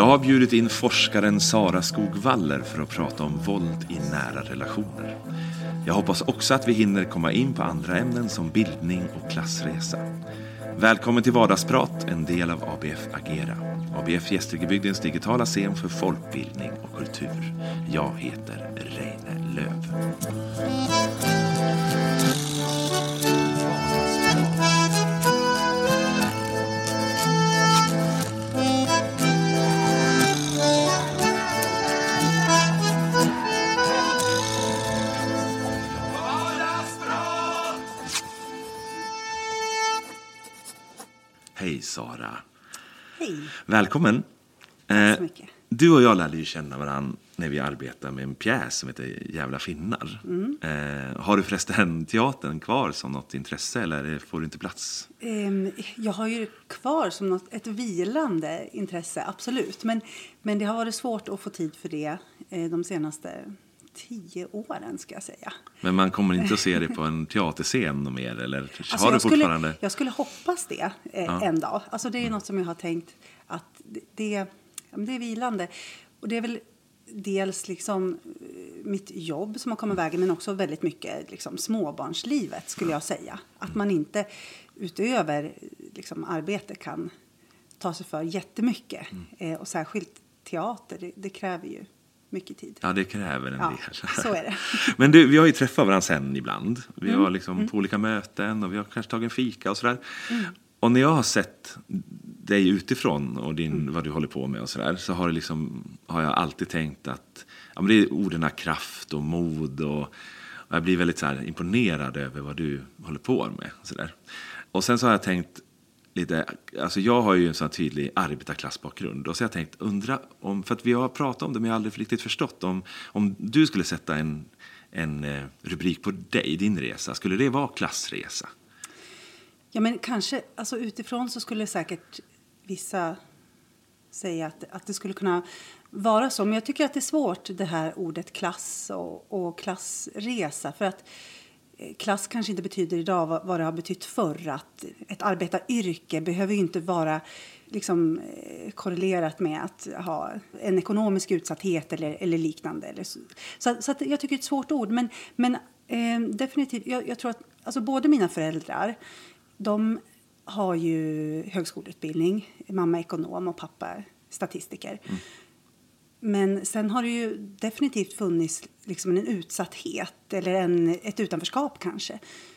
Jag har bjudit in forskaren Sara Skog-Waller för att prata om våld i nära relationer. Jag hoppas också att vi hinner komma in på andra ämnen som bildning och klassresa. Välkommen till Vardagsprat, en del av ABF Agera. ABF Gästrikebygdens digitala scen för folkbildning och kultur. Jag heter Reine Löv. Hej Sara. Hej. Välkommen. Tack så mycket. Du och jag lärde ju känna varandra när vi arbetade med en pjäs som heter Jävla finnar. Har du förresten teatern kvar som något intresse eller får du inte plats? Jag har ju kvar som ett vilande intresse, absolut. Men det har varit svårt att få tid för det de senaste 10 åren ska jag säga. Men man kommer inte att se det på en teaterscen och mer eller alltså har du fortfarande? Jag skulle hoppas det en dag. Alltså det är något som jag har tänkt att det är vilande. Och det är väl dels liksom mitt jobb som har kommit vägen men också väldigt mycket liksom småbarnslivet skulle jag säga. Att man inte utöver liksom arbete kan ta sig för jättemycket. Och särskilt teater, det kräver ju mycket tid. Ja, det kräver en del. Så är det. Men du, vi har ju träffat varandra sen ibland. Vi var liksom på olika möten och vi har kanske tagit en fika och sådär. Och när jag har sett dig utifrån och vad du håller på med och sådär så har jag alltid tänkt att ja, men det är orden kraft och mod och jag blir väldigt så här imponerad över vad du håller på med. Så där. Och sen så har jag tänkt lite, alltså jag har ju en sån tydlig arbetarklassbakgrund och så har jag tänkt undra om, för att vi har pratat om det men jag har aldrig riktigt förstått om du skulle sätta en rubrik på dig, din resa, skulle det vara klassresa? Ja men kanske, alltså utifrån så skulle säkert vissa säga att det skulle kunna vara så, men jag tycker att det är svårt det här ordet klass och klassresa för att klass kanske inte betyder idag vad det har betytt förr. Att ett arbetaryrke behöver ju inte vara liksom, korrelerat med att ha en ekonomisk utsatthet eller liknande. Eller så att jag tycker det är ett svårt ord. Men definitivt, jag tror att alltså, både mina föräldrar, de har ju högskoleutbildning. Mamma är ekonom och pappa statistiker. Men sen har det ju definitivt funnits liksom en utsatthet eller ett utanförskap kanske.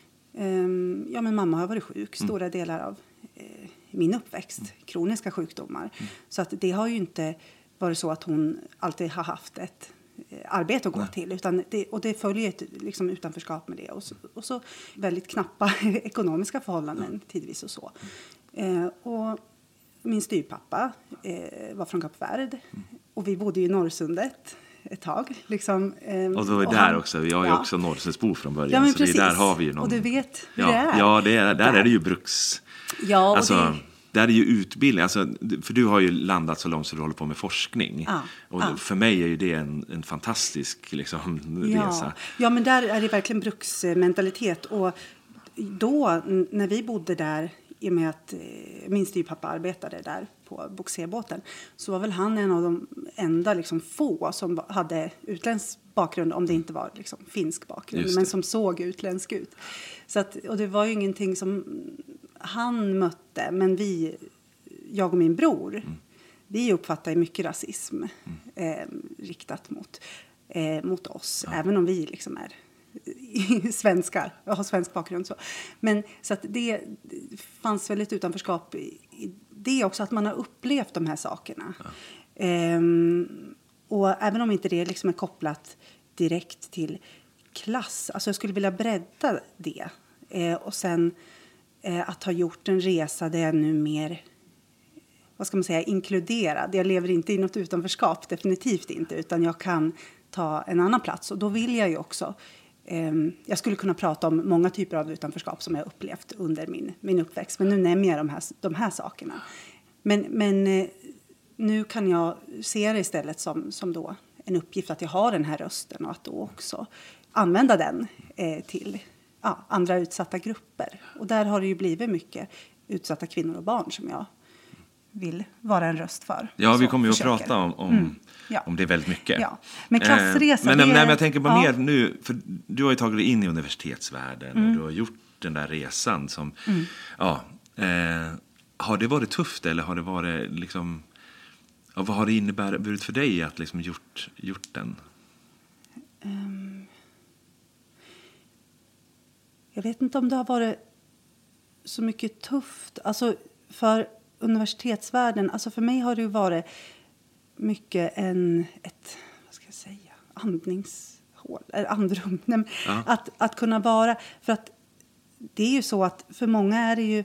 Ja, men mamma har varit sjuk stora delar av min uppväxt. Kroniska sjukdomar. Så att det har ju inte varit så att hon alltid har haft ett arbete att gå till. Utan det följer ett liksom, utanförskap med det. Och så väldigt knappa ekonomiska förhållanden tidvis och så. Och min styrpappa var från Kap Verde. Och vi bodde i Norrsundet ett tag. Liksom, och då är där också. Jag är också Norrsundsbo från början. Ja, men så precis. det där har vi ju någon... Och du vet hur det är. Ja, där är det ju bruks... Ja, och alltså, där är ju utbildning. Alltså, för du har ju landat så långt så du håller på med forskning. Och för mig är ju det en fantastisk liksom, resa. Ja, men där är det verkligen bruksmentalitet. Och då, när vi bodde där, i och med att min styrpappa arbetade där på bogserbåten, så var väl han en av de enda liksom, få som hade utländsk bakgrund, om det inte var liksom, finsk bakgrund, men som såg utländsk ut. Så att, och det var ju ingenting som han mötte, men jag och min bror, vi uppfattar mycket rasism riktat mot oss, även om vi liksom är svenskar, jag har svensk bakgrund men så att det fanns väl ett utanförskap i det också, att man har upplevt de här sakerna och även om inte det liksom är kopplat direkt till klass, alltså jag skulle vilja bredda det och sen att ha gjort en resa där jag nu mer, vad ska man säga, inkluderad. Jag lever inte i något utanförskap, definitivt inte, utan jag kan ta en annan plats och då vill jag ju också jag skulle kunna prata om många typer av utanförskap som jag upplevt under min uppväxt. Men nu nämner jag de här sakerna. Men nu kan jag se det istället som då en uppgift att jag har den här rösten. Och att då också använda den till andra utsatta grupper. Och där har det ju blivit mycket utsatta kvinnor och barn som jag vill vara en röst för. Ja, vi kommer ju att prata om det väldigt mycket. Ja. Men klassresa... men jag tänker på mer nu, för du har ju tagit dig in i universitetsvärlden och du har gjort den där resan som... har det varit tufft eller har det varit liksom... Och vad har det inneburit för dig att liksom gjort den? Jag vet inte om det har varit så mycket tufft. Alltså för universitetsvärlden, alltså för mig har det ju varit mycket ett vad ska jag säga, andningshål eller andrum. Att kunna vara, för att det är ju så att för många är det ju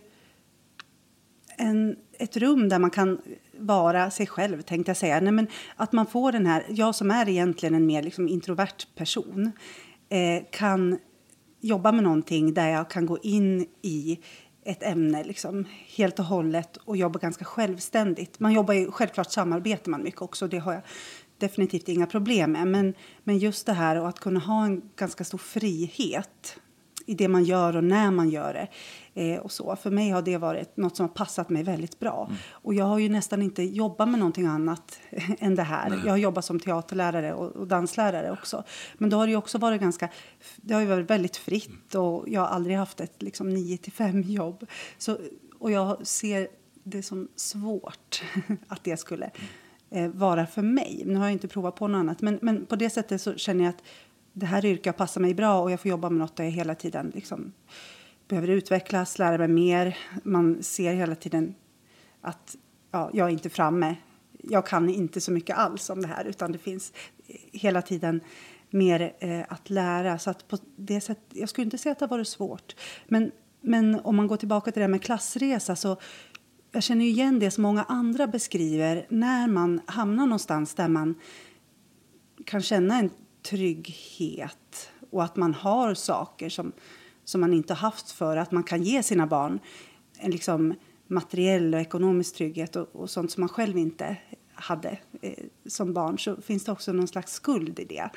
ett rum där man kan vara sig själv, tänkte jag säga. Nej, men att man får den här, jag som är egentligen en mer liksom introvert person, kan jobba med någonting där jag kan gå in i ett ämne liksom helt och hållet och jobba ganska självständigt. Man jobbar ju, självklart samarbetar man mycket också, det har jag definitivt inga problem med. Men just det här och att kunna ha en ganska stor frihet i det man gör och när man gör det. Och så. För mig har det varit något som har passat mig väldigt bra. Och jag har ju nästan inte jobbat med någonting annat än det här. Nej. Jag har jobbat som teaterlärare och danslärare också. Men då har det ju också varit det har ju varit väldigt fritt och jag har aldrig haft ett liksom 9-5 jobb. Och jag ser det som svårt att det skulle vara för mig. Nu har jag inte provat på något annat. Men på det sättet så känner jag att det här yrket passar mig bra och jag får jobba med något där jag hela tiden liksom behöver utvecklas, lära mig mer. Man ser hela tiden att jag är inte framme. Jag kan inte så mycket alls om det här, utan det finns hela tiden mer att lära. Så att på det sättet, jag skulle inte säga att det har varit svårt. Men om man går tillbaka till det här med klassresa, så jag känner ju igen det som många andra beskriver när man hamnar någonstans där man kan känna en trygghet och att man har saker som man inte har haft för, att man kan ge sina barn en liksom materiell och ekonomisk trygghet och sånt som man själv inte hade som barn, så finns det också någon slags skuld i det.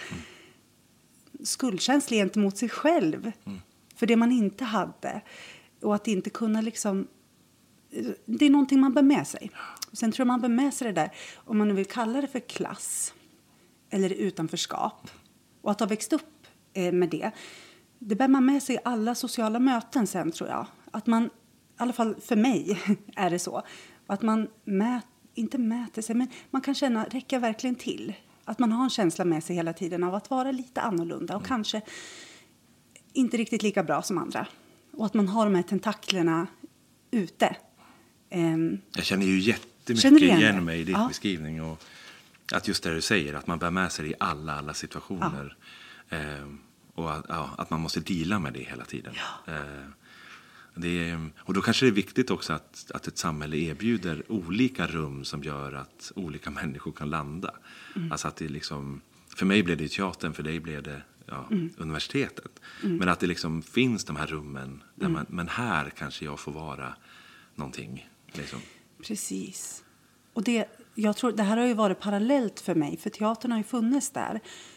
Skuldkänsla gentemot sig själv för det man inte hade, och att inte kunna liksom, det är någonting man bär med sig. Och sen tror jag man bär med sig det där, om man nu vill kalla det för klass eller utanförskap, och att ha växt upp med det bär man med sig i alla sociala möten sen, tror jag. Att man, i alla fall för mig är det så, att man inte mäter sig, men man kan känna, räcker verkligen till? Att man har en känsla med sig hela tiden av att vara lite annorlunda och kanske inte riktigt lika bra som andra. Och att man har de här tentaklerna ute. Jag känner ju jättemycket igen mig i din beskrivning, och att just det du säger, att man bär med sig det i alla situationer. Och att man måste deala med det hela tiden. Och då kanske det är viktigt också att ett samhälle erbjuder olika rum som gör att olika människor kan landa. Alltså att det liksom, för mig blev det teatern, för dig blev det universitetet. Men att det liksom finns de här rummen där men här kanske jag får vara någonting. Liksom. Precis. Och jag tror det här har ju varit parallellt för mig, för teatern har ju funnits där.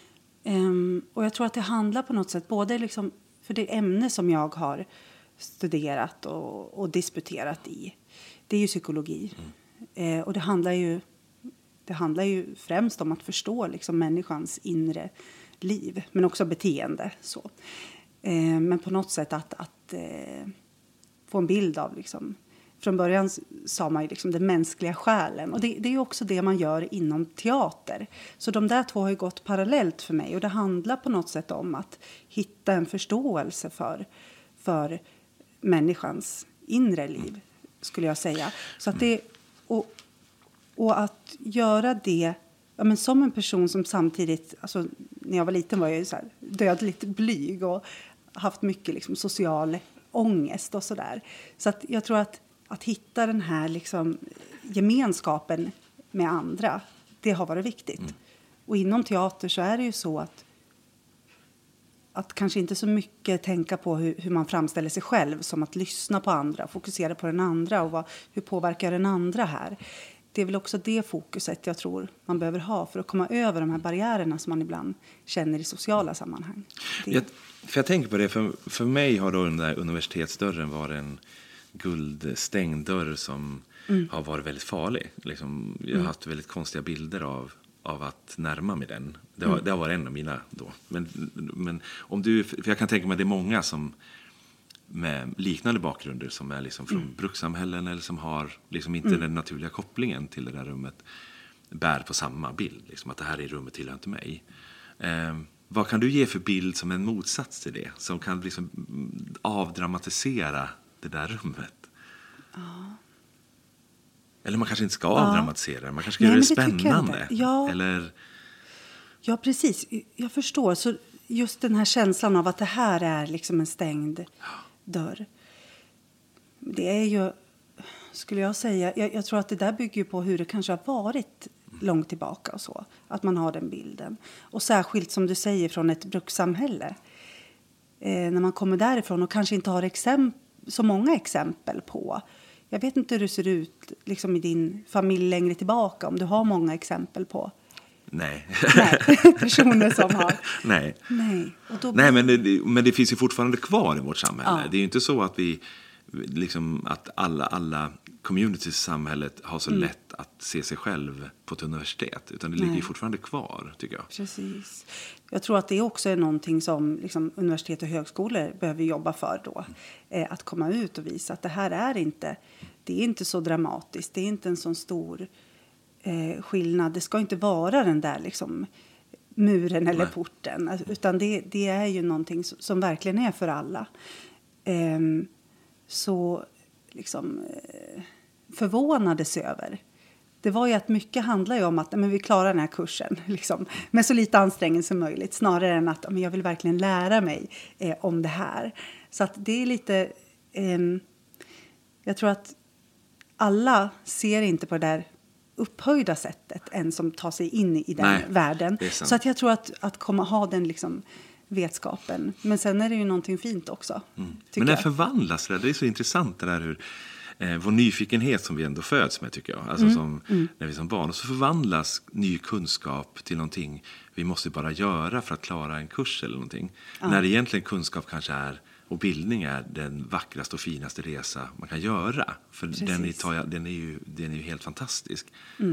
Och jag tror att det handlar på något sätt både liksom för det ämne som jag har studerat och disputerat i, det är ju psykologi. Och det handlar ju främst om att förstå liksom människans inre liv, men också beteende. Så. Men på något sätt att få en bild av liksom, från början sa man ju liksom den mänskliga själen. Och det är ju också det man gör inom teater. Så de där två har ju gått parallellt för mig. Och det handlar på något sätt om att hitta en förståelse för människans inre liv, skulle jag säga. Så att det, och att göra det, ja, men som en person som samtidigt, alltså, när jag var liten var jag ju så här dödligt blyg och haft mycket liksom social ångest och sådär. Så att jag tror att hitta den här liksom gemenskapen med andra, det har varit viktigt. Och inom teater så är det ju så att kanske inte så mycket tänka på hur man framställer sig själv, som att lyssna på andra, fokusera på den andra och hur påverkar den andra här. Det är väl också det fokuset jag tror man behöver ha för att komma över de här barriärerna som man ibland känner i sociala sammanhang. Jag tänker på det, för mig har då den där universitetsdörren varit en guldstängd dörr som har varit väldigt farlig. Liksom, jag har haft väldigt konstiga bilder av att närma mig den. Det har varit en av mina då. Men om du, för jag kan tänka mig att det är många som med liknande bakgrunder som är liksom från brukssamhällen eller som har liksom inte den naturliga kopplingen till det där rummet bär på samma bild. Liksom, att det här är rummet tillhör inte mig. Vad kan du ge för bild som en motsats till det? Som kan liksom avdramatisera det där rummet? Ja. Eller man kanske inte ska avdramatisera det. Man kanske ska göra det spännande. Ja. Eller... ja, precis. Jag förstår. Så just den här känslan av att det här är liksom en stängd dörr. Det är ju, skulle jag säga, jag tror att det där bygger på hur det kanske har varit långt tillbaka och så. Att man har den bilden. Och särskilt som du säger från ett brukssamhälle. När man kommer därifrån och kanske inte har så många exempel på. Jag vet inte hur det ser ut liksom i din familj längre tillbaka. Om du har många exempel på. Nej. Personer som har. Nej. Och då... Nej, men det finns ju fortfarande kvar i vårt samhälle. Ja. Det är ju inte så att vi liksom att alla communities i samhället har så lätt att se sig själv på ett universitet, utan det ligger ju fortfarande kvar, tycker jag. Precis. Jag tror att det också är någonting som liksom, universitet och högskolor behöver jobba för då. Att komma ut och visa att det här är inte så dramatiskt. Det är inte en sån stor skillnad. Det ska inte vara den där liksom muren eller porten, utan det är ju någonting som verkligen är för alla. Så liksom förvånades över. Det var ju att mycket handlar ju om att men vi klarar den här kursen liksom, med så lite ansträngning som möjligt. Snarare än att men jag vill verkligen lära mig om det här. Så att det är lite... jag tror att alla ser inte på det där upphöjda sättet än som tar sig in i den världen. Så att jag tror att komma ha den liksom... vetskapen. Men sen är det ju någonting fint också. Men det förvandlas det. Det är så intressant det där hur vår nyfikenhet som vi ändå föds med, tycker jag. Alltså som när vi som barn. Och så förvandlas ny kunskap till någonting vi måste bara göra för att klara en kurs eller någonting. När egentligen kunskap kanske är, och bildning är den vackraste och finaste resa man kan göra. För den är ju helt fantastisk.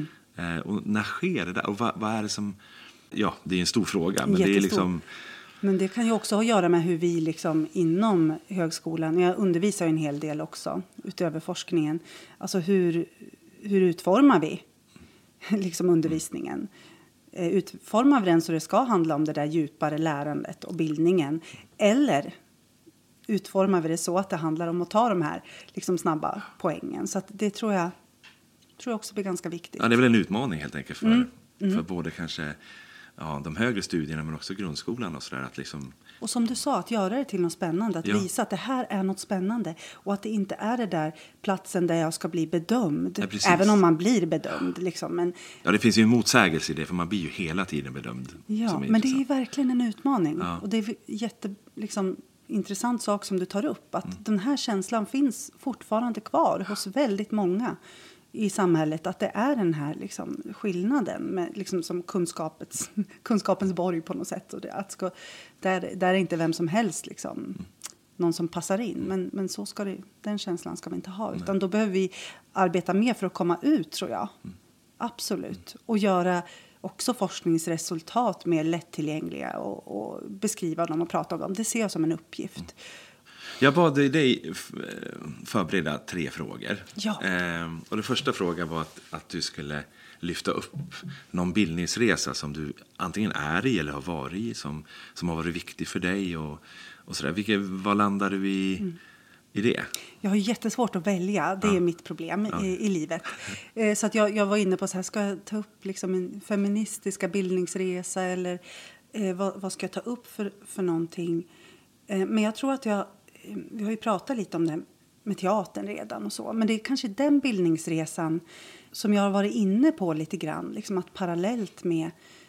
Och när sker det där? Och vad är det som... Ja, det är en stor fråga. Men det är liksom... Men det kan ju också ha att göra med hur vi liksom inom högskolan, jag undervisar ju en hel del också utöver forskningen, alltså hur utformar vi liksom undervisningen? Utformar vi den så det ska handla om det där djupare lärandet och bildningen, eller utformar vi det så att det handlar om att ta de här liksom snabba poängen? Så att det tror jag också blir ganska viktigt. Ja, det är väl en utmaning helt enkelt för både kanske de högre studierna men också grundskolan och sådär, att liksom... Och som du sa, att göra det till något spännande, att visa att det här är något spännande och att det inte är det där platsen där jag ska bli bedömd, även om man blir bedömd liksom. Men... Ja, det finns ju en motsägelse i det, för man blir ju hela tiden bedömd. Ja, men det är ju verkligen en utmaning och det är liksom intressant sak som du tar upp, att den här känslan finns fortfarande kvar hos väldigt många i samhället, att det är den här liksom skillnaden med liksom som kunskapens borg på något sätt, och det att där är inte vem som helst liksom någon som passar in, men så ska den känslan ska vi inte ha, utan då behöver vi arbeta mer för att komma ut, tror jag. Absolut. Och göra också forskningsresultat mer lättillgängliga och beskriva dem och prata om dem. Det ser jag som en uppgift. Jag bad dig förbereda 3 frågor. Ja. Och den första frågan var att du skulle lyfta upp någon bildningsresa som du antingen är i eller har varit i, som har varit viktig för dig och sådär. Vad landar du i det? Jag har jättesvårt att välja. Det är mitt problem i livet. Så att jag var inne på så här, ska jag ta upp liksom en feministiska bildningsresa eller vad ska jag ta upp för någonting? Men jag tror att vi har ju pratat lite om det med teatern redan och så. Men det är kanske den bildningsresan som jag har varit inne på lite grann. Liksom att parallellt med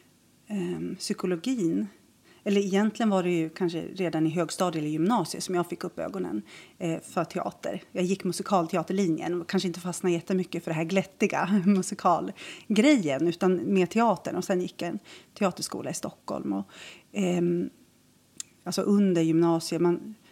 psykologin. Eller egentligen var det ju kanske redan i högstadiet eller gymnasiet som jag fick upp ögonen för teater. Jag gick musikalteaterlinjen och kanske inte fastnade jättemycket för det här glättiga musikalgrejen, utan med teatern. Och sen gick jag en teaterskola i Stockholm. Och, alltså under gymnasiet,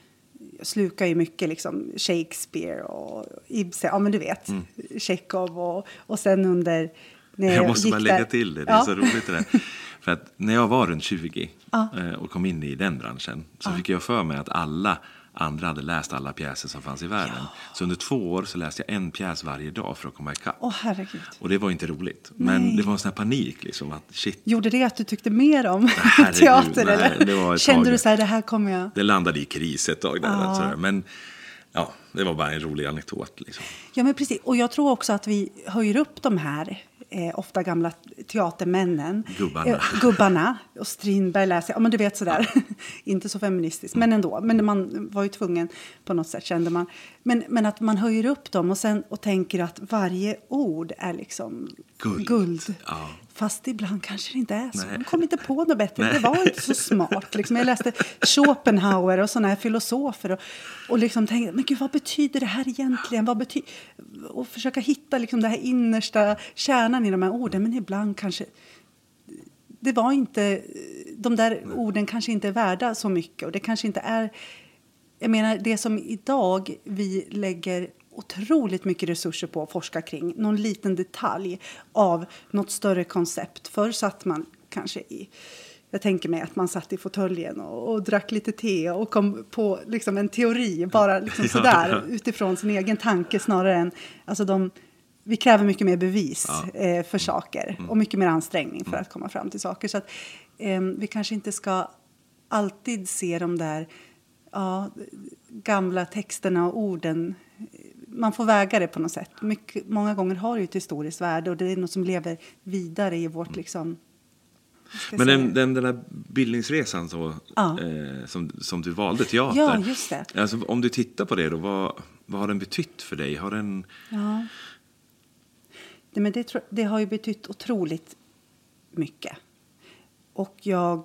jag slukar ju mycket liksom Shakespeare och Ibsen, ja men du vet, Tjechov och sen under... Jag måste bara lägga till det, det är så roligt det där. För att när jag var runt 20 och kom in i den branschen så fick jag för mig att alla andra hade läst alla pjäser som fanns i världen. Ja. Så under 2 år så läste jag en pjäs varje dag för att komma ikapp. Herregud. Och det var inte roligt. Men det var en sån här panik liksom. Att, shit. Gjorde det att du tyckte mer om teater? Nej, eller? Det var kände du så här, det här kommer jag... Det landade i kris ett tag där. Sådär. Men ja, det var bara en rolig anekdot. Liksom. Ja, men precis. Och jag tror också att vi höjer upp de här ofta gamla teatermännen. Gubbarna. Och Strindberg läser. Ja, men du vet sådär. Inte så feministiskt, men ändå. Men man var ju tvungen på något sätt, kände man. Men att man höjer upp dem och tänker att varje ord är liksom guld. Ja. Fast ibland kanske det inte är så. De kom inte på något bättre. Nej. Det var inte så smart. Liksom. Jag läste Schopenhauer och såna här filosofer. Och liksom tänkte, men gud, vad betyder det här egentligen? Och försöka hitta liksom det här innersta kärnan i de här orden. Men ibland kanske... Det var inte... De där orden kanske inte är värda så mycket. Och det kanske inte är... Jag menar, det som idag vi lägger otroligt mycket resurser på att forska kring. Någon liten detalj av något större koncept. Förr satt man kanske i... Jag tänker mig att man satt i fåtöljen och drack lite te och kom på liksom en teori. Bara liksom sådär utifrån sin egen tanke snarare än... Alltså vi kräver mycket mer bevis för saker. Och mycket mer ansträngning för att komma fram till saker. Så att vi kanske inte ska alltid se de där gamla texterna och orden. Man får väga det på något sätt. Många gånger har det ju ett historiskt värde. Och det är något som lever vidare i vårt liksom... Men den där bildningsresan som du valde, teater. Ja, just det. Alltså, om du tittar på det då, vad har den betytt för dig? Har den... Ja. Men det har ju betytt otroligt mycket. Och jag...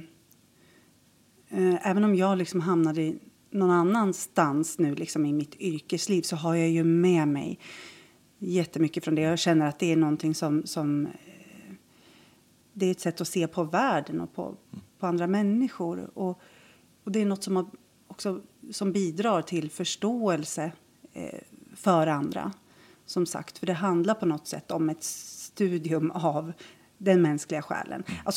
även om jag liksom hamnade någon annanstans nu liksom i mitt yrkesliv så har jag ju med mig jättemycket från det. Jag känner att det är någonting som det är ett sätt att se på världen och på andra människor. Och det är något som bidrar till förståelse för andra. Som sagt, för det handlar på något sätt om ett studium av den mänskliga själen. Alltså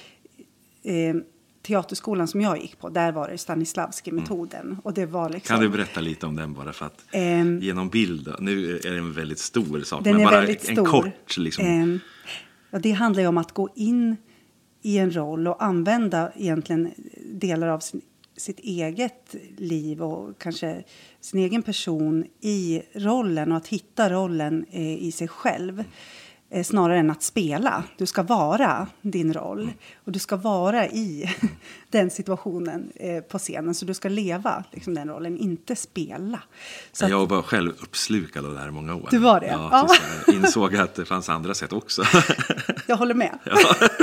teaterskolan som jag gick på, där var det Stanislavski-metoden. Och det var liksom... Kan du berätta lite om den bara för att genom bild, nu är det en väldigt stor sak. Den men är bara väldigt stor. En kort liksom. Det handlar ju om att gå in i en roll och använda egentligen delar av sitt eget liv och kanske sin egen person i rollen och att hitta rollen i sig själv. Snarare än att spela. Du ska vara din roll. Och du ska vara i den situationen på scenen. Så du ska leva liksom, den rollen, inte spela. Så jag var själv uppslukad av det här i många år. Du var det? Ja. Jag insåg att det fanns andra sätt också. Jag håller med. Ja.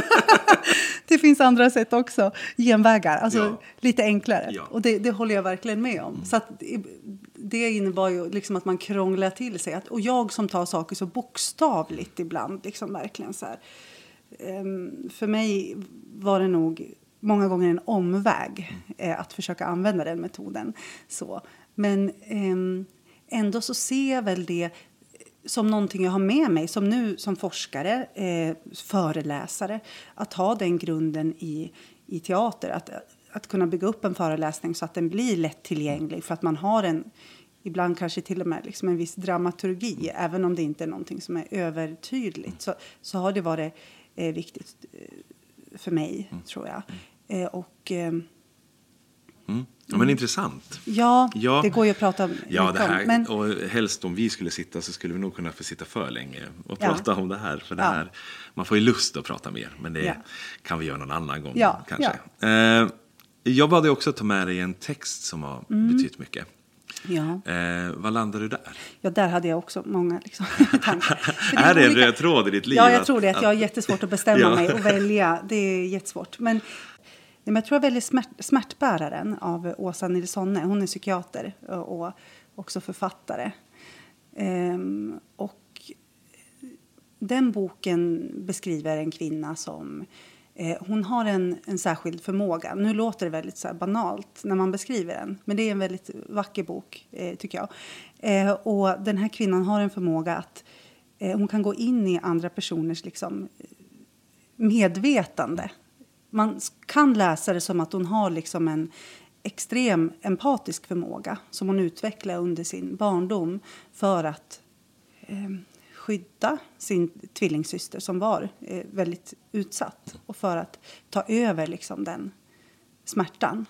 Det finns andra sätt också. Genvägar. Alltså lite enklare. Ja. Och det håller jag verkligen med om. Så att det innebar ju liksom att man krånglar till sig. Och jag som tar saker så bokstavligt ibland. Liksom verkligen så här. För mig var det nog många gånger en omväg att försöka använda den metoden. Så. Men ändå så ser jag väl det som någonting jag har med mig. Som nu som forskare, föreläsare. Att ha den grunden i teater. Att kunna bygga upp en föreläsning så att den blir lättillgänglig. För att man har ibland kanske till och med liksom en viss dramaturgi. Även om det inte är någonting som är övertydligt. Så har det varit viktigt för mig, tror jag. Ja, men intressant. Ja, det går ju att prata det här, men... Och helst om vi skulle sitta så skulle vi nog kunna få sitta för länge och prata om det här. För det här, man får ju lust att prata mer. Men det kan vi göra någon annan gång kanske. Ja. Jag bad dig också ta med dig en text som har betytt mycket. Ja. Vad landade du där? Ja, där hade jag också många liksom, tankar. Är det en röd tråd i ditt liv? Ja, jag tror det. Att jag har jättesvårt att bestämma mig och välja. Det är jättesvårt. Men jag tror jag väljer Smärtbäraren av Åsa Nilssonne. Hon är psykiater och också författare. Och den boken beskriver en kvinna som Hon har en särskild förmåga. Nu låter det väldigt så här banalt när man beskriver den. Men det är en väldigt vacker bok, tycker jag. Och den här kvinnan har en förmåga att hon kan gå in i andra personers liksom, medvetande. Man kan läsa det som att hon har liksom en extrem empatisk förmåga som hon utvecklar under sin barndom för att skydda sin tvillingsyster som var väldigt utsatt och för att ta över liksom den smärtan.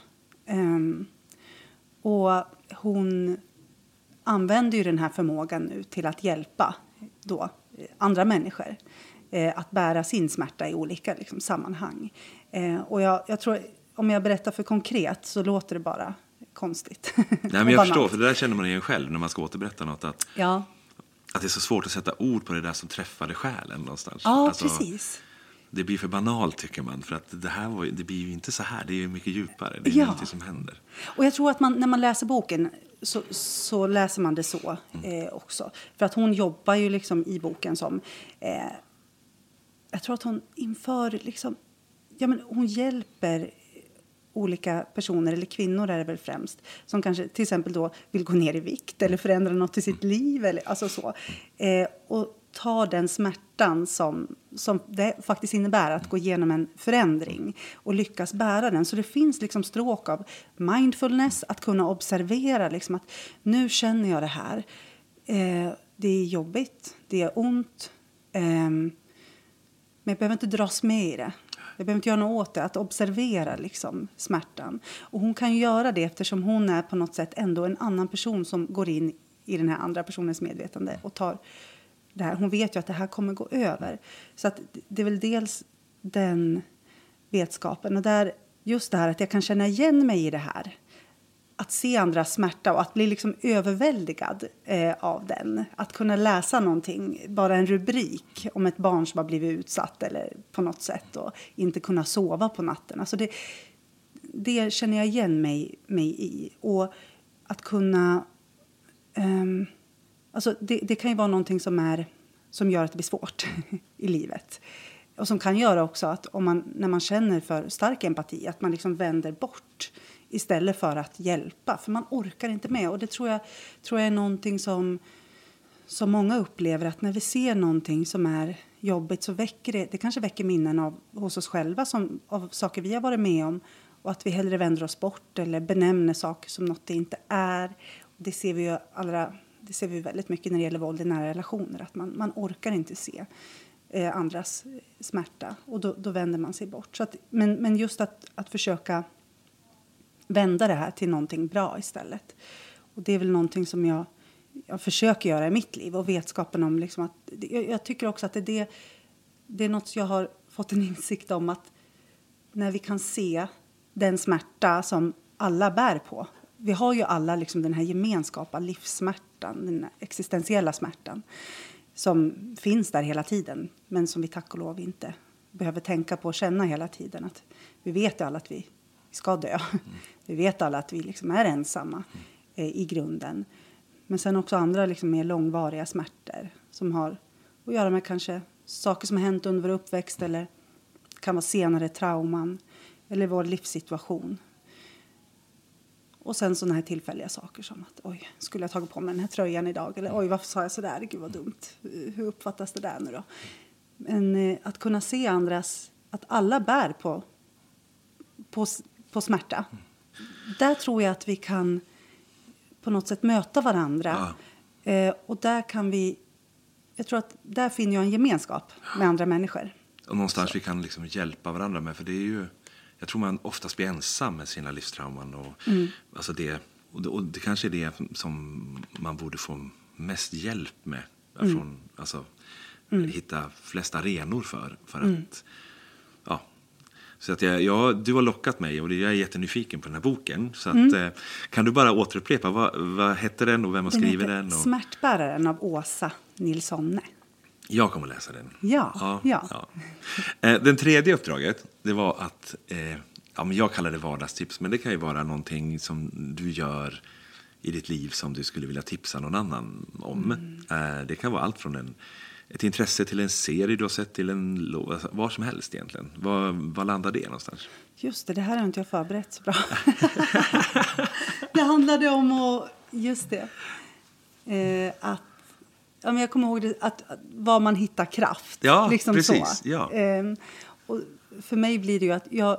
Och hon använder ju den här förmågan nu till att hjälpa då andra människor att bära sin smärta i olika liksom, sammanhang. Och jag tror, om jag berättar för konkret så låter det bara konstigt. Nej, men jag förstår, för det där känner man igen själv när man ska återberätta något. Att det är så svårt att sätta ord på det där som träffade själen någonstans. Ja, alltså, precis. Det blir för banalt tycker man. För att det blir ju inte så här. Det är ju mycket djupare. Det är något som händer. Och jag tror att när man läser boken så läser man det så också. För att hon jobbar ju liksom i boken som... jag tror att hon inför liksom... Ja, men hon hjälper olika personer, eller kvinnor är det väl främst, som kanske till exempel då vill gå ner i vikt eller förändra något i sitt liv. Eller, alltså så. Och tar den smärtan som det faktiskt innebär att gå igenom en förändring och lyckas bära den. Så det finns liksom stråk av mindfulness, att kunna observera liksom att nu känner jag det här. Det är jobbigt, det är ont. Men jag behöver inte dras med i det. Jag behöver inte göra något åt det. Att observera liksom smärtan. Och hon kan ju göra det eftersom hon är på något sätt ändå en annan person som går in i den här andra personens medvetande och tar det här. Hon vet ju att det här kommer gå över. Så att det är väl dels den vetskapen. Och där, just det här att jag kan känna igen mig i det här. Att se andras smärta och att bli liksom överväldigad av den. Att kunna läsa någonting, bara en rubrik om ett barn som har blivit utsatt eller på något sätt och inte kunna sova på natten. Alltså det känner jag igen mig i. Och att kunna... alltså det kan ju vara någonting som gör att det blir svårt i livet. Och som kan göra också att när man känner för stark empati, att man liksom vänder bort istället för att hjälpa. För man orkar inte med. Och det tror jag är någonting som många upplever. Att när vi ser någonting som är jobbigt så väcker det kanske väcker minnen hos oss själva av saker vi har varit med om. Och att vi hellre vänder oss bort eller benämner saker som något det inte är. Det ser vi ju det ser vi väldigt mycket när det gäller våld i nära relationer. Att man orkar inte se andras smärta. Och då vänder man sig bort. Så men just att försöka vända det här till någonting bra istället. Och det är väl någonting som jag försöker göra i mitt liv. Och vetskapen om liksom att... Jag tycker också att det är något jag har fått en insikt om. Att när vi kan se den smärta som alla bär på. Vi har ju alla liksom den här gemenskapen, livssmärtan, den existentiella smärtan. Som finns där hela tiden. Men som vi tack och lov inte behöver tänka på och känna hela tiden. Att vi vet alla att vi ska dö. Vi vet alla att vi liksom är ensamma i grunden. Men sen också andra liksom mer långvariga smärtor. Som har att göra med kanske saker som har hänt under vår uppväxt. Eller kan vara senare trauman. Eller vår livssituation. Och sen sådana här tillfälliga saker som att oj, skulle jag tagit på mig den här tröjan idag? Eller oj, varför sa jag sådär? Gud vad dumt. Hur uppfattas det där nu då? Men att kunna se andras, att alla bär på smärta. Där tror jag att vi kan på något sätt möta varandra. Ja. Och där kan jag tror att där finner jag en gemenskap med andra människor. Och någonstans vi kan liksom hjälpa varandra med, för det är ju... Jag tror man oftast blir ensam med sina livstrauman. Alltså och det kanske är det som man borde få mest hjälp med. Hitta flest arenor för att... Ja. Så att du har lockat mig och jag är jättenyfiken på den här boken. Så att, kan du bara återupprepa, vad heter den och vem har skrivit den? Smärtbäraren av Åsa Nilssonne. Jag kommer läsa den. Ja. Den tredje uppdraget, det var att, men jag kallar det vardagstips, men det kan ju vara någonting som du gör i ditt liv som du skulle vilja tipsa någon annan om. Det kan vara allt från ett intresse till en serie du har sett, till en låt, vad som helst egentligen. Vad landar det någonstans? Just det här har inte jag förberett så bra. Det handlade om just det. Att men jag kommer ihåg det, att var man hittar kraft. Ja, liksom precis. Så. Ja. Och för mig blir det ju att jag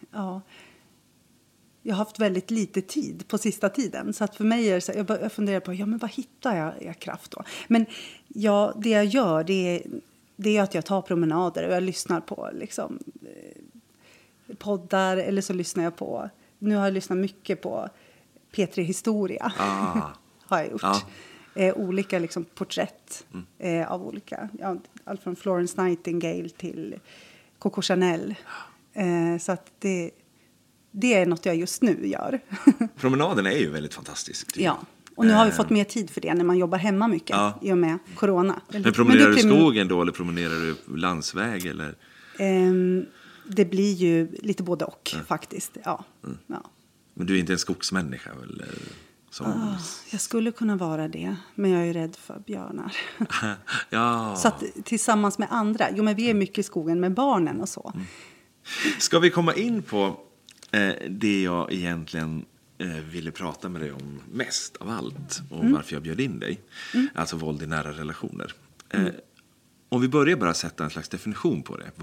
har haft väldigt lite tid på sista tiden. Så att för mig är det så, jag funderar på, men vad hittar jag kraft då? Men det jag gör, det är att jag tar promenader och jag lyssnar på liksom, poddar. Eller så lyssnar jag på, nu har jag lyssnat mycket på P3 Historia. Har jag gjort. Olika liksom, porträtt av olika, allt från Florence Nightingale till Coco Chanel. Så att det är något jag just nu gör. Promenaden är ju väldigt fantastisk. Ja, och nu har vi fått mer tid för det när man jobbar hemma mycket i och med corona. Men promenerar du i skogen då eller promenerar du landsväg? Eller? Det blir ju lite både och faktiskt. Ja. Men du är inte en skogsmänniska eller? Jag skulle kunna vara det, men jag är rädd för björnar. Ja. Så att, tillsammans med andra, men vi är mycket i skogen med barnen och så. Ska vi komma in på det jag egentligen ville prata med dig om mest av allt och varför jag bjöd in dig, alltså våld i nära relationer. Om vi börjar bara sätta en slags definition på det,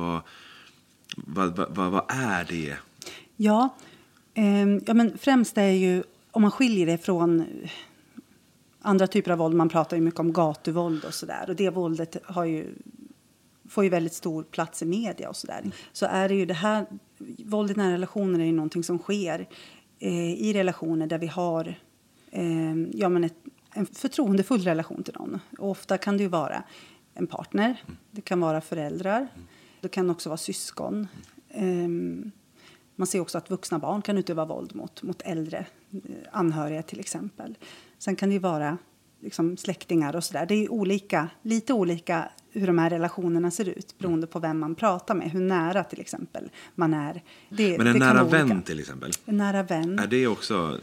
vad är det? Ja, men främst är ju om man skiljer det från andra typer av våld. Man pratar ju mycket om gatuvåld och sådär. Och det våldet får ju väldigt stor plats i media och sådär. Så är det ju det här, våld i nära relationer är ju någonting som sker i relationer där vi har en förtroendefull relation till någon. Och ofta kan det ju vara en partner. Det kan vara föräldrar. Det kan också vara syskon. Man ser också att vuxna barn kan utöva våld mot äldre anhöriga till exempel. Sen kan det ju vara liksom släktingar och sådär. Det är lite olika hur de här relationerna ser ut beroende på vem man pratar med. Hur nära till exempel man är. Men en nära vän till exempel? En nära vän. Är det också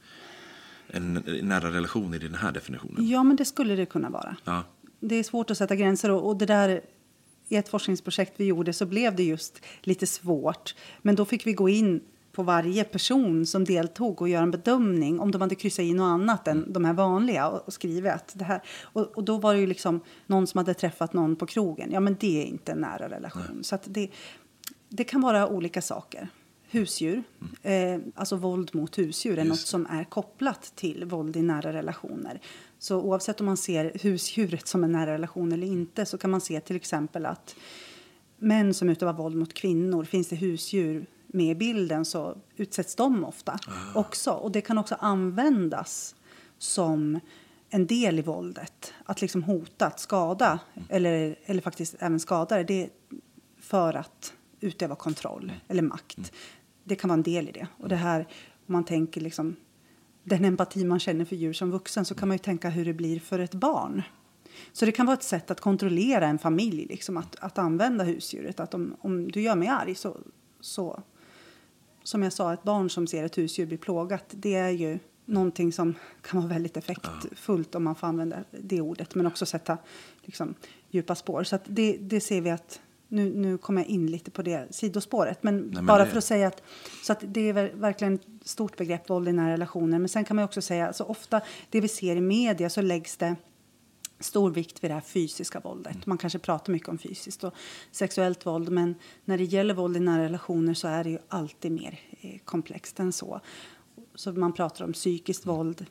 en nära relation i den här definitionen? Ja, men det skulle det kunna vara. Ja. Det är svårt att sätta gränser och det där... I ett forskningsprojekt vi gjorde så blev det just lite svårt. Men då fick vi gå in på varje person som deltog och göra en bedömning om de hade kryssat in något annat än de här vanliga och skrivit att det här. Och då var det ju liksom någon som hade träffat någon på krogen. Ja, men det är inte en nära relation. Nej. Så att det kan vara olika saker. Husdjur, alltså våld mot husdjur är något som är kopplat till våld i nära relationer. Så oavsett om man ser husdjuret som en nära relation eller inte så kan man se till exempel att män som utövar våld mot kvinnor, finns det husdjur med i bilden så utsätts de ofta också. Och det kan också användas som en del i våldet. Att liksom hota, att skada eller faktiskt även skada det för att utöva kontroll eller makt. Det kan vara en del i det. Och det här, om man tänker liksom, den empati man känner för djur som vuxen så kan man ju tänka hur det blir för ett barn. Så det kan vara ett sätt att kontrollera en familj, liksom, att använda husdjuret. Att om du gör mig arg så som jag sa, ett barn som ser ett husdjur bli plågat, det är ju någonting som kan vara väldigt effektfullt om man får använda det ordet. Men också sätta liksom, djupa spår. Så att det ser vi att nu kommer jag in lite på det sidospåret. Men bara för att säga att, så att det är verkligen ett stort begrepp, våld i nära relationer. Men sen kan man också säga, så ofta det vi ser i media så läggs det stor vikt vid det här fysiska våldet. Man kanske pratar mycket om fysiskt och sexuellt våld. Men när det gäller våld i nära relationer så är det ju alltid mer komplext än så. Så man pratar om psykiskt våld.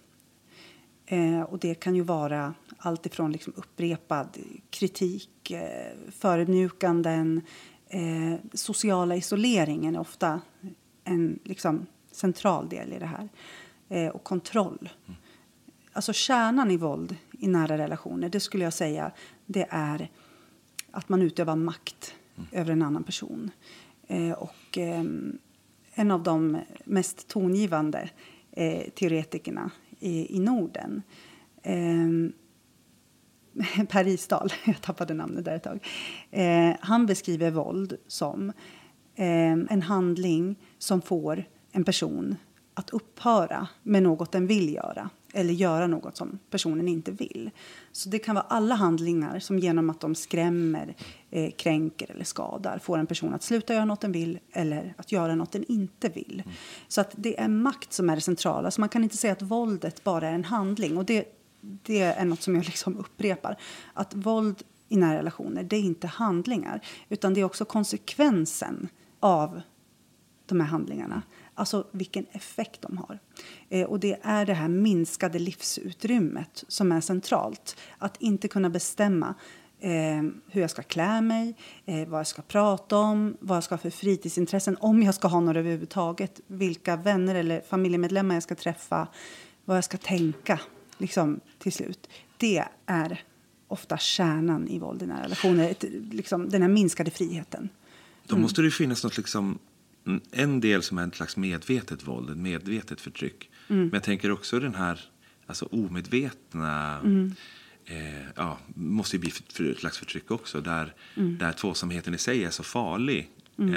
Och det kan ju vara allt ifrån liksom upprepad kritik, förödmjukanden, sociala isoleringen är ofta en liksom central del i det här. Och kontroll. Alltså kärnan i våld i nära relationer, det skulle jag säga, det är att man utövar makt över en annan person. Och en av de mest tongivande teoretikerna i Norden, Per Isdal, jag tappade namnet där ett tag. Han beskriver våld som en handling som får en person att upphöra med något den vill göra eller göra något som personen inte vill. Så det kan vara alla handlingar som genom att de skrämmer, kränker eller skadar får en person att sluta göra något den vill eller att göra något den inte vill. Så att det är makt som är det centrala. Så man kan inte säga att våldet bara är en handling. Och det är något som jag liksom upprepar. Att våld i nära relationer, det är inte handlingar. Utan det är också konsekvensen av de här handlingarna. Alltså vilken effekt de har. Och det är det här minskade livsutrymmet som är centralt. Att inte kunna bestämma hur jag ska klä mig, vad jag ska prata om, vad jag ska ha för fritidsintressen, om jag ska ha några överhuvudtaget, vilka vänner eller familjemedlemmar jag ska träffa, vad jag ska tänka liksom, till slut. Det är ofta kärnan i våld i nära relationer, liksom, den här minskade friheten. Då måste det finnas något liksom, en del som är en slags medvetet våld, ett medvetet förtryck. Men jag tänker också den här alltså omedvetna måste ju bli ett slags förtryck också. Där tvåsamheten i sig är så farlig.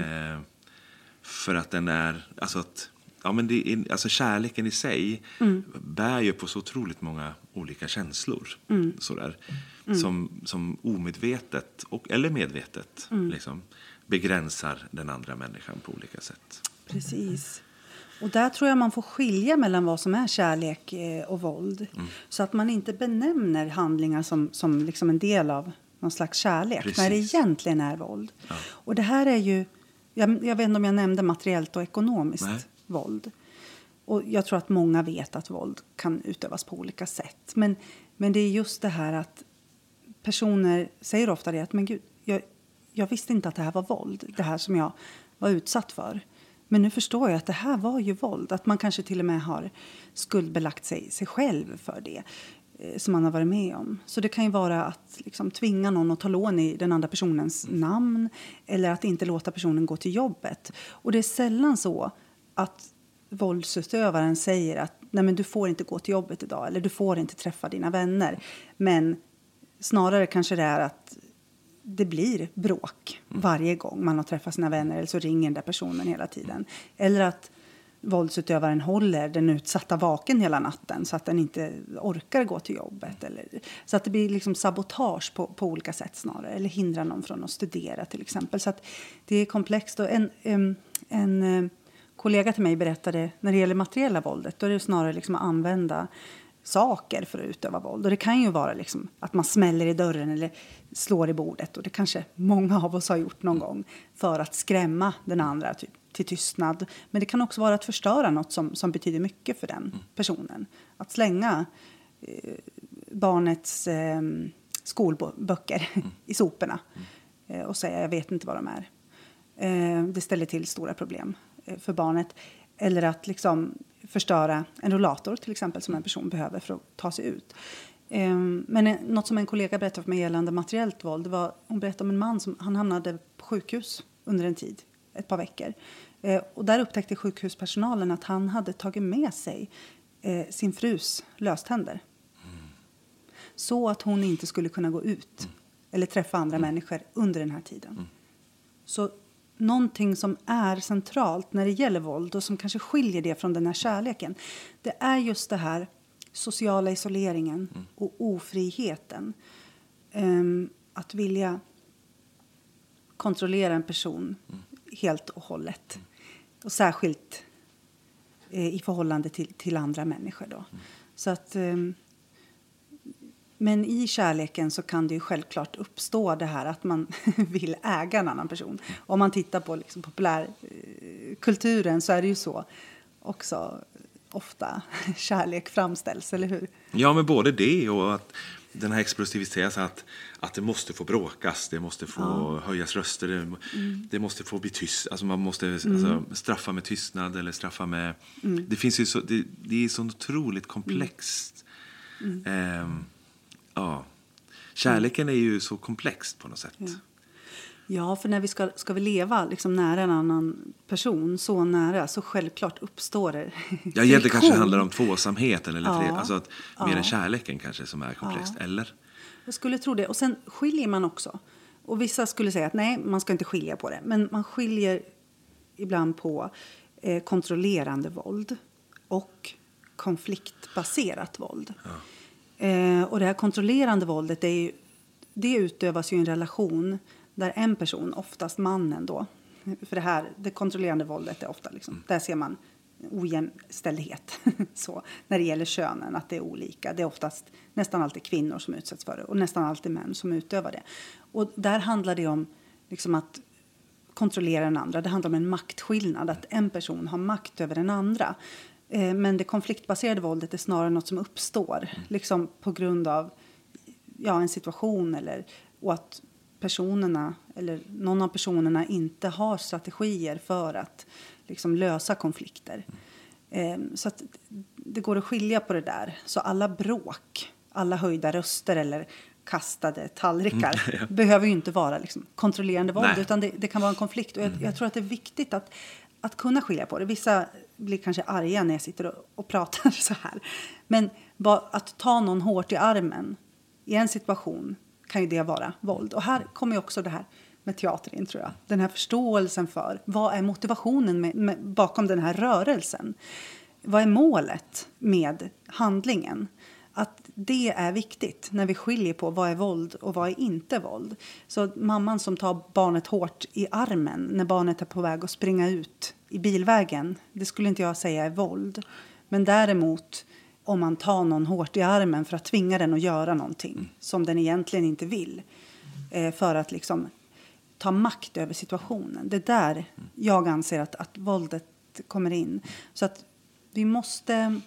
För att den är, alltså att alltså kärleken i sig bär ju på så otroligt många olika känslor. Sådär, som omedvetet eller medvetet liksom, begränsar den andra människan på olika sätt. Precis. Och där tror jag man får skilja mellan vad som är kärlek och våld. Så att man inte benämner handlingar som liksom en del av någon slags kärlek. Precis. När det egentligen är våld. Ja. Och det här är ju, jag vet inte om jag nämnde materiellt och ekonomiskt våld. Och jag tror att många vet att våld kan utövas på olika sätt. Men det är just det här att personer säger ofta det att men gud, jag visste inte att det här var våld. Det här som jag var utsatt för. Men nu förstår jag att det här var ju våld. Att man kanske till och med har skuldbelagt sig själv för det som man har varit med om. Så det kan ju vara att liksom tvinga någon att ta lån i den andra personens namn. Eller att inte låta personen gå till jobbet. Och det är sällan så att våldsutövaren säger att nej men du får inte gå till jobbet idag. Eller du får inte träffa dina vänner. Men snarare kanske det är att det blir bråk varje gång man har träffat sina vänner. Eller så ringer den där personen hela tiden. Eller att våldsutövaren håller den utsatta vaken hela natten. Så att den inte orkar gå till jobbet. Så att det blir liksom sabotage på olika sätt snarare. Eller hindrar någon från att studera till exempel. Så att det är komplext. Och en kollega till mig berättade när det gäller materiella våldet. Då är det snarare liksom att använda saker för att utöva våld. Och det kan ju vara liksom att man smäller i dörren eller slår i bordet. Och det kanske många av oss har gjort någon gång för att skrämma den andra till tystnad. Men det kan också vara att förstöra något som betyder mycket för den personen. Att slänga barnets skolböcker i soporna och säga jag vet inte vad de är. Det ställer till stora problem för barnet. Eller att liksom förstöra en rollator till exempel som en person behöver för att ta sig ut. Men något som en kollega berättade för mig gällande materiellt våld. Hon berättade om en man som han hamnade på sjukhus under en tid. Ett par veckor. Och där upptäckte sjukhuspersonalen att han hade tagit med sig sin frus löständer. Så att hon inte skulle kunna gå ut. Eller träffa andra människor under den här tiden. Så någonting som är centralt när det gäller våld och som kanske skiljer det från den här kärleken. Det är just det här sociala isoleringen och ofriheten. Att vilja kontrollera en person helt och hållet. Och särskilt i förhållande till andra människor då. Så att... Men i kärleken så kan det ju självklart uppstå det här att man vill äga en annan person. Om man tittar på liksom populärkulturen så är det ju så också ofta kärlek framställs, eller hur? Ja, men både det och att den här explosiviteten att det måste få bråkas, det måste få höjas röster, det måste få bli tyst. Alltså man måste alltså, straffa med tystnad eller straffa med... Det finns ju så, det är så otroligt komplext. Ja, kärleken är ju så komplext på något sätt. Ja, för när vi ska vi leva liksom nära en annan person, så nära, så självklart uppstår det. Ja, egentligen kanske det handlar om tvåsamheten eller fred, alltså att mer än kärleken kanske som är komplext, eller? Jag skulle tro det. Och sen skiljer man också. Och vissa skulle säga att nej, man ska inte skilja på det. Men man skiljer ibland på kontrollerande våld och konfliktbaserat våld. Och det här kontrollerande våldet det utövas ju i en relation där en person, oftast mannen då, för det kontrollerande våldet är ofta liksom, där ser man ojämställdhet så, när det gäller könen, att det är olika. Det är oftast nästan alltid kvinnor som utsätts för det och nästan alltid män som utövar det. Och där handlar det om liksom att kontrollera den andra. Det handlar om en maktskillnad, att en person har makt över den andra. Men det konfliktbaserade våldet är snarare något som uppstår liksom på grund av en situation och att personerna eller någon av personerna inte har strategier för att liksom lösa konflikter. Så att det går att skilja på det där. Så alla bråk, alla höjda röster eller kastade tallrikar behöver ju inte vara liksom kontrollerande våld. Nej. Utan det kan vara en konflikt. Och jag tror att det är viktigt att kunna skilja på det. Vissa blir kanske arga när jag sitter och pratar så här. Men att ta någon hårt i armen i en situation kan ju det vara våld. Och här kommer ju också det här med teater in, tror jag. Den här förståelsen för vad är motivationen bakom den här rörelsen. Vad är målet med handlingen? Att det är viktigt när vi skiljer på vad är våld och vad är inte våld. Så mamman som tar barnet hårt i armen när barnet är på väg att springa ut i bilvägen. Det skulle inte jag säga är våld. Men däremot om man tar någon hårt i armen för att tvinga den att göra någonting som den egentligen inte vill. För att liksom ta makt över situationen. Det är där jag anser att våldet kommer in. Så att vi måste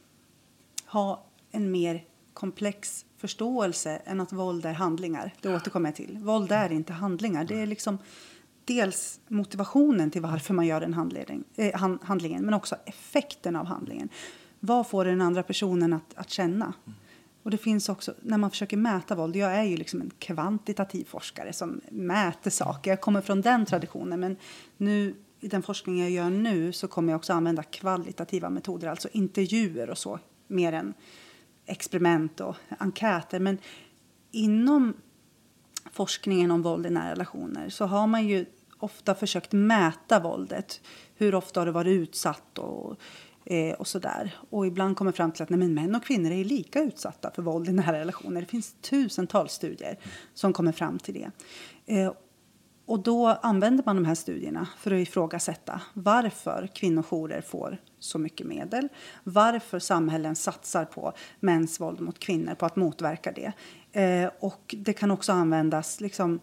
ha en mer komplex förståelse än att våld är handlingar. Det återkommer jag till. Våld är inte handlingar. Det är liksom dels motivationen till varför man gör en handlingen. Men också effekten av handlingen. Vad får den andra personen att känna? Och det finns också, när man försöker mäta våld. Jag är ju liksom en kvantitativ forskare som mäter saker. Jag kommer från den traditionen. Men nu i den forskning jag gör nu så kommer jag också använda kvalitativa metoder. Alltså intervjuer och så. Mer än experiment och enkäter. Men inom forskningen om våld i nära relationer så har man ju ofta försökt mäta våldet. Hur ofta har det varit utsatt och sådär. Och ibland kommer fram till att män och kvinnor är lika utsatta för våld i nära relationer. Det finns tusentals studier som kommer fram till det. Och då använder man de här studierna för att ifrågasätta varför kvinnojourer får så mycket medel. Varför samhällen satsar på mäns våld mot kvinnor, på att motverka det. Och det kan också användas liksom,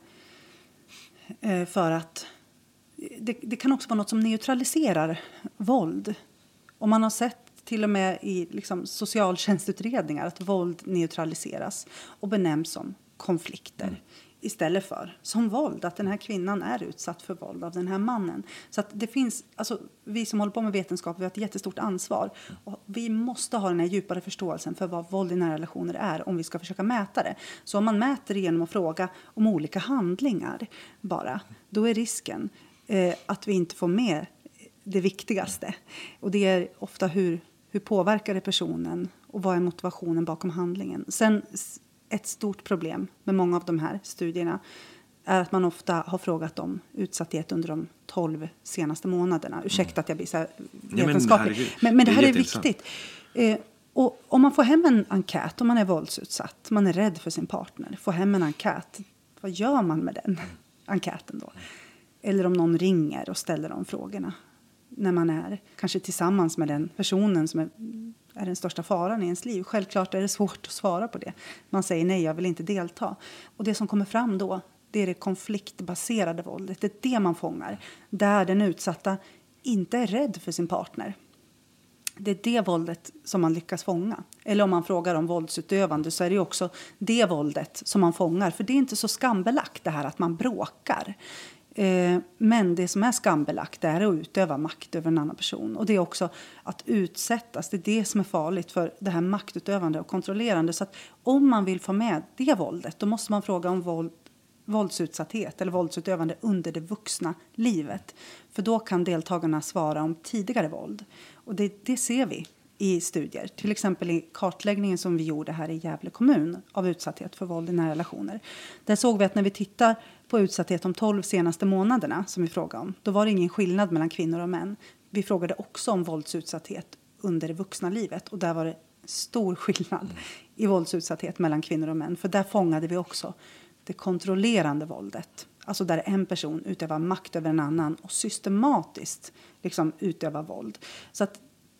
för att det kan också vara något som neutraliserar våld. Och man har sett till och med i liksom, socialtjänstutredningar att våld neutraliseras och benämns som konflikter. Istället för som våld, att den här kvinnan är utsatt för våld av den här mannen. Så att det finns, alltså vi som håller på med vetenskap, vi har ett jättestort ansvar. Och vi måste ha den här djupare förståelsen för vad våld i nära relationer är om vi ska försöka mäta det. Så om man mäter det genom att fråga om olika handlingar bara, då är risken att vi inte får med det viktigaste. Och det är ofta hur påverkar det personen och vad är motivationen bakom handlingen. Sen ett stort problem med många av de här studierna är att man ofta har frågat om utsatthet under de 12 senaste månaderna. Ursäkta att jag blir så här vetenskaplig. Men det här är viktigt. Och om man får hem en enkät, om man är våldsutsatt, man är rädd för sin partner, får hem en enkät, vad gör man med den enkäten då? Eller om någon ringer och ställer de frågorna när man är kanske tillsammans med den personen som är den största faran i ens liv. Självklart är det svårt att svara på det. Man säger nej, jag vill inte delta. Och det som kommer fram då, det är det konfliktbaserade våldet. Det är det man fångar. Där den utsatta inte är rädd för sin partner. Det är det våldet som man lyckas fånga. Eller om man frågar om våldsutövande så är det också det våldet som man fångar. För det är inte så skambelagt det här att man bråkar. Men det som är skambelagt är att utöva makt över en annan person. Och det är också att utsättas. Det är det som är farligt för det här maktutövande och kontrollerande. Så att om man vill få med det våldet, då måste man fråga om våldsutsatthet eller våldsutövande under det vuxna livet. För då kan deltagarna svara om tidigare våld. Och det ser vi i studier. Till exempel i kartläggningen som vi gjorde här i Gävle kommun av utsatthet för våld i nära relationer. Där såg vi att när vi tittar på utsatthet de 12 senaste månaderna som vi frågade om, då var det ingen skillnad mellan kvinnor och män. Vi frågade också om våldsutsatthet under det vuxna livet. Och där var det stor skillnad i våldsutsatthet mellan kvinnor och män. För där fångade vi också det kontrollerande våldet. Alltså där en person utövar makt över en annan och systematiskt liksom utövar våld. Så att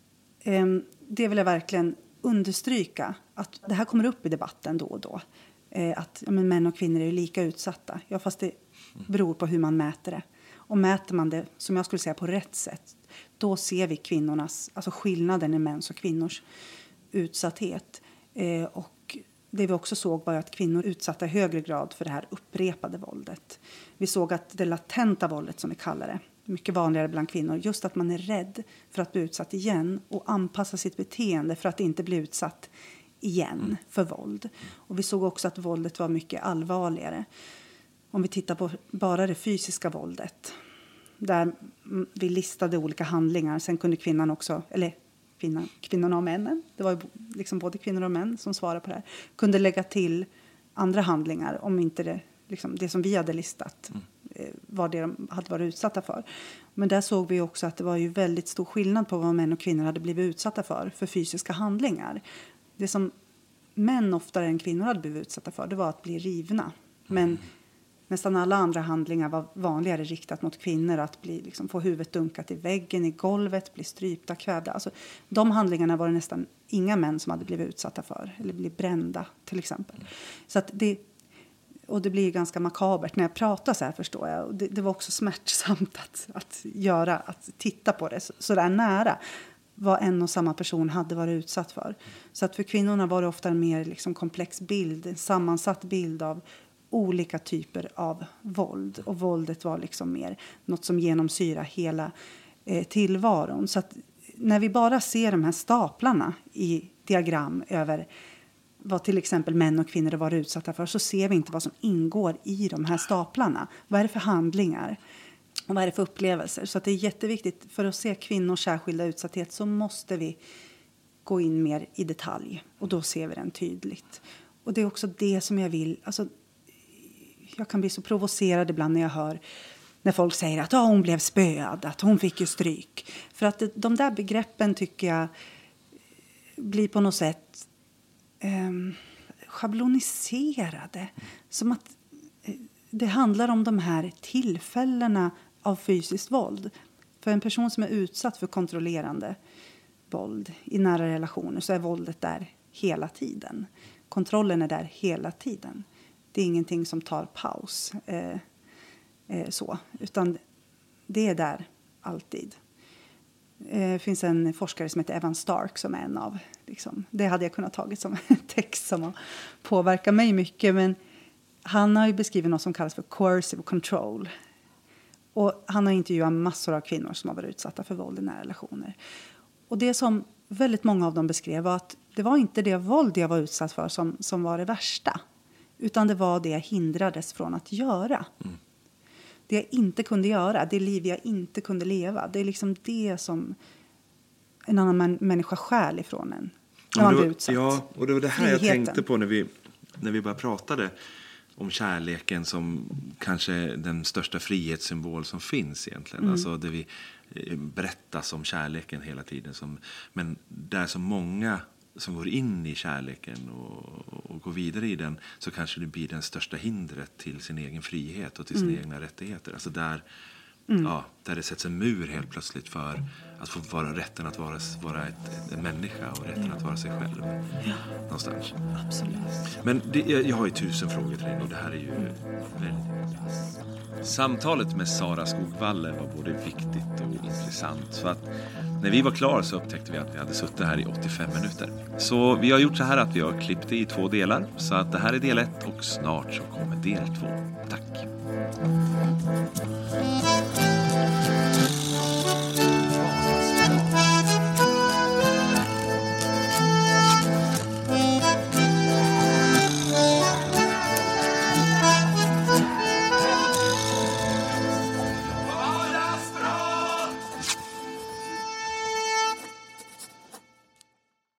det vill jag verkligen understryka. Att det här kommer upp i debatten då och då. Att män och kvinnor är lika utsatta. Ja, fast det beror på hur man mäter det. Och mäter man det, som jag skulle säga, på rätt sätt. Då ser vi kvinnornas, alltså skillnaden i mäns och kvinnors utsatthet. Och det vi också såg var att kvinnor utsatta i högre grad för det här upprepade våldet. Vi såg att det latenta våldet, som vi kallar det, mycket vanligare bland kvinnor. Just att man är rädd för att bli utsatt igen och anpassa sitt beteende för att inte bli utsatt igen för våld. Och vi såg också att våldet var mycket allvarligare. Om vi tittar på bara det fysiska våldet. Där vi listade olika handlingar. Sen kunde kvinnan också, eller kvinnorna och männen. Det var ju liksom både kvinnor och män som svarade på det här. Kunde lägga till andra handlingar om inte det som vi hade listat var det de hade varit utsatta för. Men där såg vi också att det var ju väldigt stor skillnad på vad män och kvinnor hade blivit utsatta för fysiska handlingar. Det som män oftare än kvinnor hade blivit utsatta för, det var att bli rivna. Men nästan alla andra handlingar var vanligare riktat mot kvinnor. Att få huvudet dunkat i väggen, i golvet, bli strypta, kvävda. Alltså, de handlingarna var det nästan inga män som hade blivit utsatta för. Eller blivit brända till exempel. Så att det blir ganska makabert när jag pratar så här, förstår jag. Och det var också smärtsamt att titta på det så där nära. Vad en och samma person hade varit utsatt för. Så att för kvinnorna var det ofta en mer komplex bild. En sammansatt bild av olika typer av våld. Och våldet var mer något som genomsyrar hela tillvaron. Så att när vi bara ser de här staplarna i diagram över vad till exempel män och kvinnor har varit utsatta för, så ser vi inte vad som ingår i de här staplarna. Vad är det för handlingar? Och vad är det för upplevelser? Så att det är jätteviktigt, för att se kvinnors särskilda utsatthet så måste vi gå in mer i detalj. Och då ser vi den tydligt. Och det är också det som jag vill. Alltså, jag kan bli så provocerad ibland när jag hör när folk säger att hon blev spöad, att hon fick ju stryk. För att de där begreppen tycker jag blir på något sätt schabloniserade. Som att det handlar om de här tillfällena av fysiskt våld. För en person som är utsatt för kontrollerande våld i nära relationer, så är våldet där hela tiden. Kontrollen är där hela tiden. Det är ingenting som tar paus. Utan det är där alltid. Det finns en forskare som heter Evan Stark som är en av. Det hade jag kunnat tagit som text som har påverkat mig mycket. Men han har ju beskrivit något som kallas för coercive control. Och han har intervjuat massor av kvinnor som har varit utsatta för våld i nära relationer. Och det som väldigt många av dem beskrev var att det var inte det våld jag var utsatt för som var det värsta. Utan det var det jag hindrades från att göra. Det jag inte kunde göra, det liv jag inte kunde leva. Det är det som en annan människa stjäl ifrån en. När man blir utsatt. Ja, och det var det här jag tänkte på när vi bara pratade om kärleken som kanske den största frihetssymbol som finns egentligen. Alltså det vi berättas om kärleken hela tiden. Men där så många som går in i kärleken och går vidare i den, så kanske det blir den största hindret till sin egen frihet och till sina egna rättigheter. Alltså där det sätts en mur helt plötsligt för att få vara rätten att vara en människa och rätten att vara sig själv. Ja. Någonstans. Absolut. Men jag har ju 1000 frågor till dig och det här är ju väldigt... Samtalet med Sara Skogvalle var både viktigt och intressant. Så att när vi var klara så upptäckte vi att vi hade suttit här i 85 minuter. Så vi har gjort så här att vi har klippt det i 2 delar. Så att det här är del 1 och snart så kommer del 2. Tack.